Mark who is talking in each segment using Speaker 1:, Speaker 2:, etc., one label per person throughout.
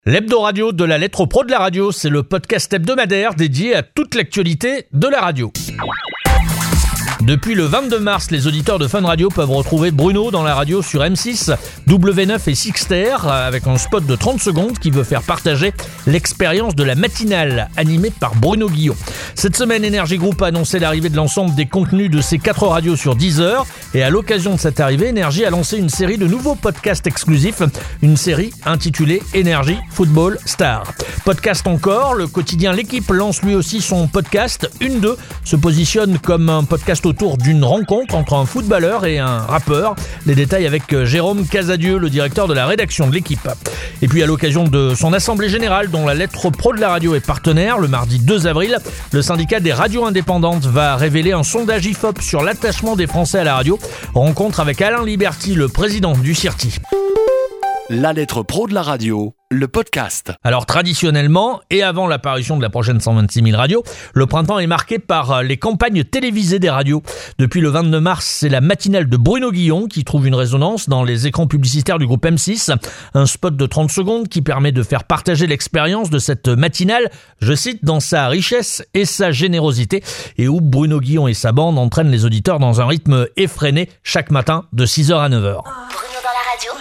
Speaker 1: L'Hebdo Radio de la Lettre Pro de la radio, c'est le podcast hebdomadaire dédié à toute l'actualité de la radio. Depuis le 22 mars, les auditeurs de Fun Radio peuvent retrouver Bruno dans la radio sur M6, W9 et Sixter avec un spot de 30 secondes qui veut faire partager l'expérience de la matinale animée par Bruno Guillon. Cette semaine, Energy Group a annoncé l'arrivée de l'ensemble des contenus de ses 4 radios sur Deezer et à l'occasion de cette arrivée, Energy a lancé une série de nouveaux podcasts exclusifs, une série intitulée Energy Football Star. Podcast encore, le quotidien L'équipe lance lui aussi son podcast. Une 2 se positionne comme un podcast autour d'une rencontre entre un footballeur et un rappeur. Les détails avec Jérôme Casadieu, le directeur de la rédaction de l'équipe. Et puis à l'occasion de son assemblée générale dont la Lettre Pro de la radio est partenaire, le mardi 2 avril, le syndicat des radios indépendantes va révéler un sondage IFOP sur l'attachement des Français à la radio. Rencontre avec Alain Liberty, le président du CIRTI.
Speaker 2: La Lettre Pro de la radio, le podcast.
Speaker 1: Alors traditionnellement, et avant l'apparition de la prochaine 126 000 radios, le printemps est marqué par les campagnes télévisées des radios. Depuis le 22 mars, c'est la matinale de Bruno Guillon qui trouve une résonance dans les écrans publicitaires du groupe M6. Un spot de 30 secondes qui permet de faire partager l'expérience de cette matinale, je cite, dans sa richesse et sa générosité, et où Bruno Guillon et sa bande entraînent les auditeurs dans un rythme effréné chaque matin de 6h à 9h.
Speaker 3: Bruno dans la radio.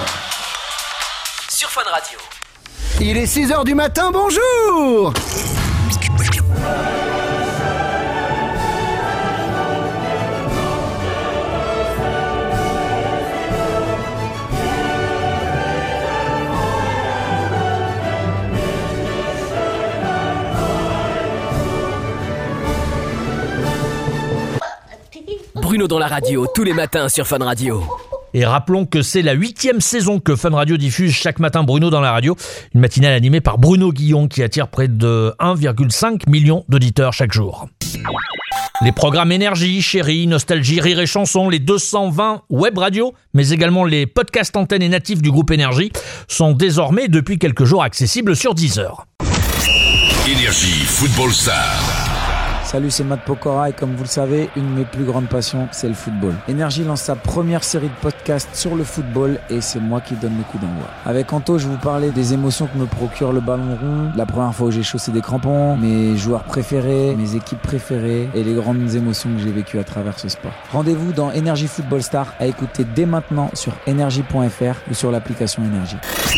Speaker 3: Sur Fun Radio.
Speaker 4: Il est 6h du matin, bonjour!
Speaker 3: Bruno dans la radio, tous les matins sur Fun Radio.
Speaker 1: Et rappelons que c'est la 8e saison que Fun Radio diffuse chaque matin Bruno dans la radio, une matinale animée par Bruno Guillon qui attire près de 1,5 million d'auditeurs chaque jour. Les programmes Énergie, Chérie, Nostalgie, Rire et Chanson, les 220 web radios, mais également les podcasts antennes et natifs du groupe Énergie sont désormais depuis quelques jours accessibles sur Deezer.
Speaker 5: Énergie Football Star.
Speaker 6: Salut, c'est Matt Pokora et comme vous le savez, une de mes plus grandes passions, c'est le football. Énergie lance sa première série de podcasts sur le football et c'est moi qui donne le coup d'envoi. Avec Anto, je vous parlais des émotions que me procure le ballon rond, la première fois où j'ai chaussé des crampons, mes joueurs préférés, mes équipes préférées et les grandes émotions que j'ai vécues à travers ce sport. Rendez-vous dans Énergie Football Star à écouter dès maintenant sur energie.fr ou sur l'application Énergie.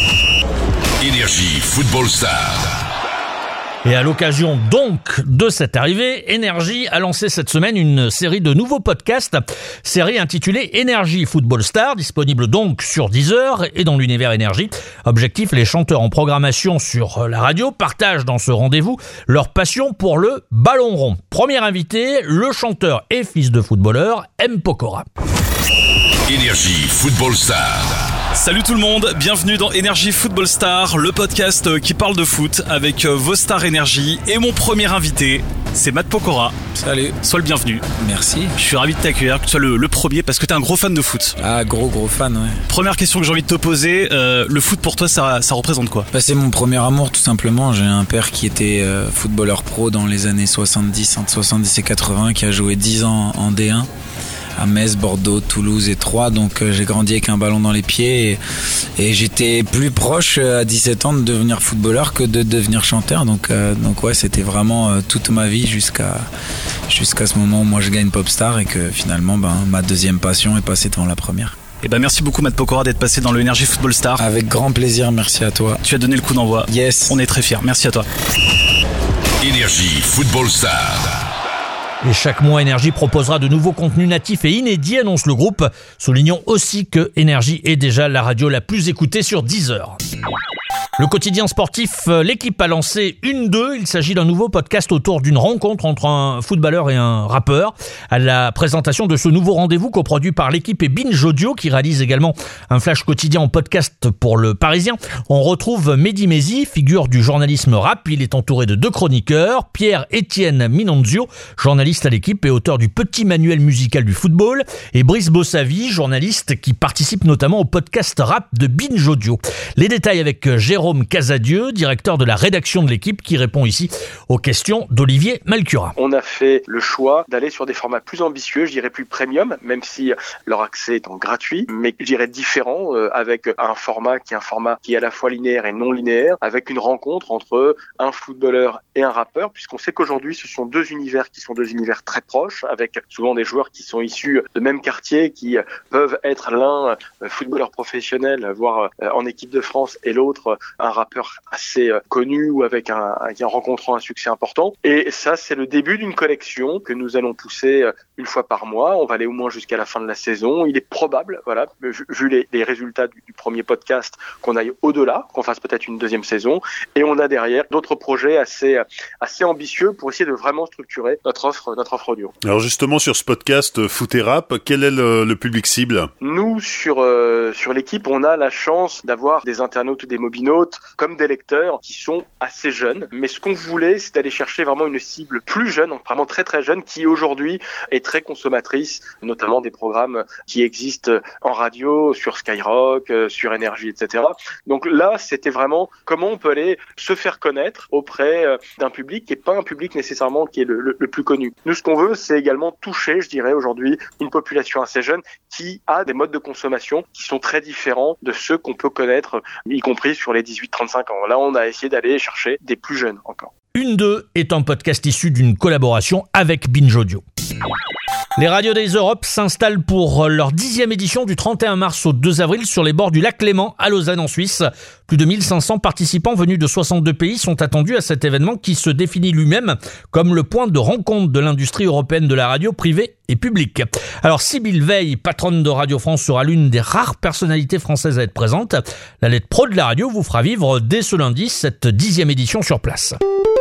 Speaker 5: Énergie Football Star.
Speaker 1: Et à l'occasion donc de cette arrivée, Energy a lancé cette semaine une série de nouveaux podcasts, série intitulée Energy Football Star, disponible donc sur Deezer et dans l'univers Energy. Objectif, les chanteurs en programmation sur la radio partagent dans ce rendez-vous leur passion pour le ballon rond. Premier invité, le chanteur et fils de footballeur M. Pokora.
Speaker 5: Énergie Football Star.
Speaker 7: Salut tout le monde, bienvenue dans Énergie Football Star, le podcast qui parle de foot avec vos stars Énergie. Et mon premier invité, c'est Matt Pokora.
Speaker 6: Salut.
Speaker 7: Sois le bienvenu.
Speaker 6: Merci.
Speaker 7: Je suis ravi de t'accueillir, que tu sois le premier parce que t'es un gros fan de foot.
Speaker 6: Ah, gros fan, ouais.
Speaker 7: Première question que j'ai envie de te poser, le foot pour toi ça représente quoi ?
Speaker 6: C'est mon premier amour tout simplement. J'ai un père qui était footballeur pro dans les années 70, entre 70 et 80, qui a joué 10 ans en D1. À Metz, Bordeaux, Toulouse et Troyes, donc j'ai grandi avec un ballon dans les pieds et j'étais plus proche à 17 ans de devenir footballeur que de devenir chanteur, donc ouais, c'était vraiment toute ma vie jusqu'à ce moment où moi je gagne Popstar et que finalement ma deuxième passion est passée devant la première.
Speaker 7: Et merci beaucoup Matt Pokora d'être passé dans le Énergie Football Star.
Speaker 6: Avec grand plaisir, merci à toi.
Speaker 7: Tu as donné le coup d'envoi.
Speaker 6: Yes.
Speaker 7: On est très fiers, merci à toi.
Speaker 5: Énergie Football Star.
Speaker 1: Et chaque mois, Energy proposera de nouveaux contenus natifs et inédits, annonce le groupe. Soulignons aussi que Energy est déjà la radio la plus écoutée sur Deezer. Le quotidien sportif, l'équipe a lancé une 2. Il s'agit d'un nouveau podcast autour d'une rencontre entre un footballeur et un rappeur. À la présentation de ce nouveau rendez-vous coproduit par l'équipe et Binge Audio, qui réalise également un flash quotidien en podcast pour le Parisien, on retrouve Mehdi Maizi, figure du journalisme rap. Il est entouré de 2 chroniqueurs, Pierre-Étienne Minonzio, journaliste à l'équipe et auteur du petit manuel musical du football, et Brice Bossavi, journaliste qui participe notamment au podcast rap de Binge Audio. Les détails avec Jérôme Casadieu, directeur de la rédaction de l'équipe, qui répond ici aux questions d'Olivier Malcura.
Speaker 8: On a fait le choix d'aller sur des formats plus ambitieux, je dirais plus premium, même si leur accès étant gratuit, mais je dirais différent, avec un format qui est à la fois linéaire et non linéaire, avec une rencontre entre un footballeur et un rappeur, puisqu'on sait qu'aujourd'hui ce sont deux univers qui sont deux univers très proches, avec souvent des joueurs qui sont issus de même quartier, qui peuvent être l'un footballeur professionnel, voire en équipe de France, et l'autre un rappeur assez connu ou avec un rencontrant un succès important. Et ça, c'est le début d'une collection que nous allons pousser une fois par mois. On va aller au moins jusqu'à la fin de la saison. Il est probable, voilà, vu les résultats du premier podcast, qu'on aille au-delà, qu'on fasse peut-être une deuxième saison. Et on a derrière d'autres projets assez ambitieux pour essayer de vraiment structurer notre offre audio.
Speaker 9: Alors justement, sur ce podcast Foot et Rap, quel est le public cible ?
Speaker 8: Nous, sur l'équipe, on a la chance d'avoir des internautes ou des mobinautes comme des lecteurs qui sont assez jeunes. Mais ce qu'on voulait, c'est d'aller chercher vraiment une cible plus jeune, vraiment très très jeune, qui aujourd'hui est très consommatrice, notamment des programmes qui existent en radio, sur Skyrock, sur Énergie, etc. Donc là, c'était vraiment comment on peut aller se faire connaître auprès d'un public qui n'est pas un public nécessairement qui est le plus connu. Nous, ce qu'on veut, c'est également toucher, je dirais aujourd'hui, une population assez jeune qui a des modes de consommation qui sont très différents de ceux qu'on peut connaître, y compris sur les 18-35 ans. Là, on a essayé d'aller chercher des plus jeunes encore.
Speaker 1: Une d'eux est un podcast issu d'une collaboration avec Binge Audio. Les Radio Days Europe s'installent pour leur 10e édition du 31 mars au 2 avril sur les bords du lac Léman à Lausanne en Suisse. Plus de 1500 participants venus de 62 pays sont attendus à cet événement qui se définit lui-même comme le point de rencontre de l'industrie européenne de la radio privée et publique. Alors Sybille Veil, patronne de Radio France, sera l'une des rares personnalités françaises à être présente. La lettre pro de la radio vous fera vivre dès ce lundi cette 10e édition sur place.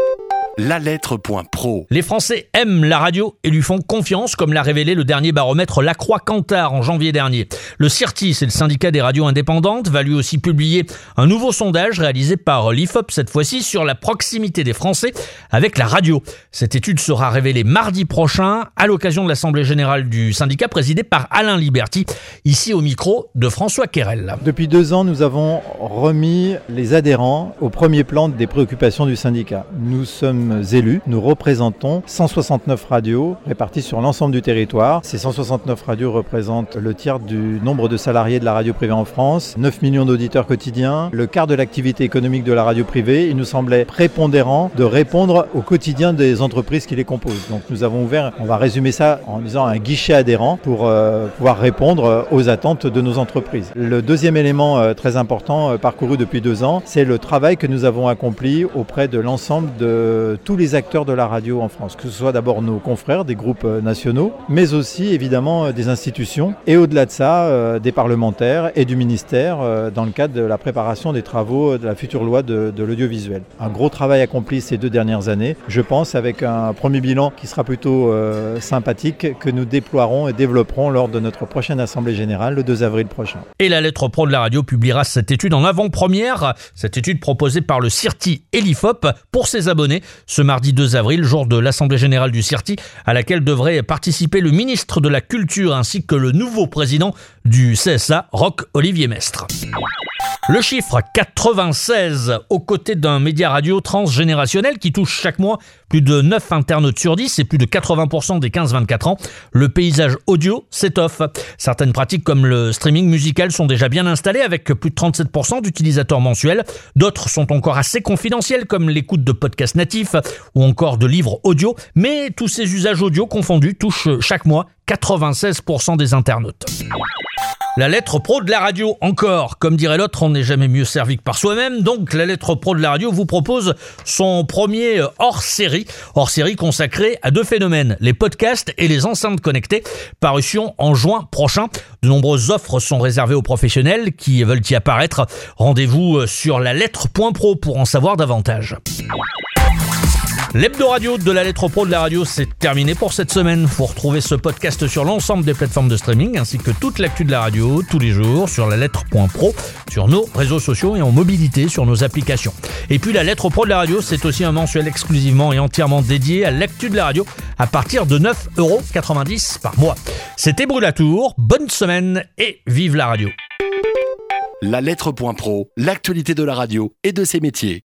Speaker 2: La lettre.pro.
Speaker 1: Les Français aiment la radio et lui font confiance, comme l'a révélé le dernier baromètre Lacroix-Cantar en janvier dernier. Le CIRTI, c'est le syndicat des radios indépendantes, va lui aussi publier un nouveau sondage réalisé par l'IFOP, cette fois-ci sur la proximité des Français avec la radio. Cette étude sera révélée mardi prochain à l'occasion de l'Assemblée générale du syndicat présidée par Alain Liberty, ici au micro de François Querel.
Speaker 10: Depuis 2 ans, nous avons remis les adhérents au premier plan des préoccupations du syndicat. Nous sommes élus, nous représentons 169 radios réparties sur l'ensemble du territoire. Ces 169 radios représentent le tiers du nombre de salariés de la radio privée en France, 9 millions d'auditeurs quotidiens, le quart de l'activité économique de la radio privée. Il nous semblait prépondérant de répondre au quotidien des entreprises qui les composent. Donc nous avons ouvert, on va résumer ça en disant un guichet adhérent pour pouvoir répondre aux attentes de nos entreprises. Le deuxième élément très important parcouru depuis 2 ans, c'est le travail que nous avons accompli auprès de l'ensemble de tous les acteurs de la radio en France, que ce soit d'abord nos confrères des groupes nationaux, mais aussi évidemment des institutions et au-delà de ça, des parlementaires et du ministère dans le cadre de la préparation des travaux de la future loi de l'audiovisuel. Un gros travail accompli ces 2 dernières années, je pense, avec un premier bilan qui sera plutôt sympathique que nous déploierons et développerons lors de notre prochaine Assemblée générale le 2 avril prochain.
Speaker 1: Et la lettre pro de la radio publiera cette étude en avant-première, cette étude proposée par le CIRTI et l'IFOP pour ses abonnés ce mardi 2 avril, jour de l'Assemblée générale du CIRTI, à laquelle devrait participer le ministre de la Culture ainsi que le nouveau président du CSA, Roch-Olivier Mestre. Le chiffre 96 aux côtés d'un média radio transgénérationnel qui touche chaque mois plus de 9 internautes sur 10 et plus de 80% des 15-24 ans. Le paysage audio s'étoffe. Certaines pratiques comme le streaming musical sont déjà bien installées avec plus de 37% d'utilisateurs mensuels. D'autres sont encore assez confidentielles comme l'écoute de podcasts natifs ou encore de livres audio. Mais tous ces usages audio confondus touchent chaque mois 96% des internautes. La lettre pro de la radio, encore. Comme dirait l'autre, on n'est jamais mieux servi que par soi-même. Donc, la lettre pro de la radio vous propose son premier hors-série consacré à 2 phénomènes, les podcasts et les enceintes connectées, parution en juin prochain. De nombreuses offres sont réservées aux professionnels qui veulent y apparaître. Rendez-vous sur la lettre.pro pour en savoir davantage. L'hebdo radio de la lettre pro de la radio, c'est terminé pour cette semaine. Vous retrouvez ce podcast sur l'ensemble des plateformes de streaming ainsi que toute l'actu de la radio tous les jours sur la lettre.pro, sur nos réseaux sociaux et en mobilité sur nos applications. Et puis la lettre pro de la radio, c'est aussi un mensuel exclusivement et entièrement dédié à l'actu de la radio à partir de 9,90€ par mois. C'était Brûlatour, bonne semaine et vive la radio.
Speaker 2: La lettre.pro, l'actualité de la radio et de ses métiers.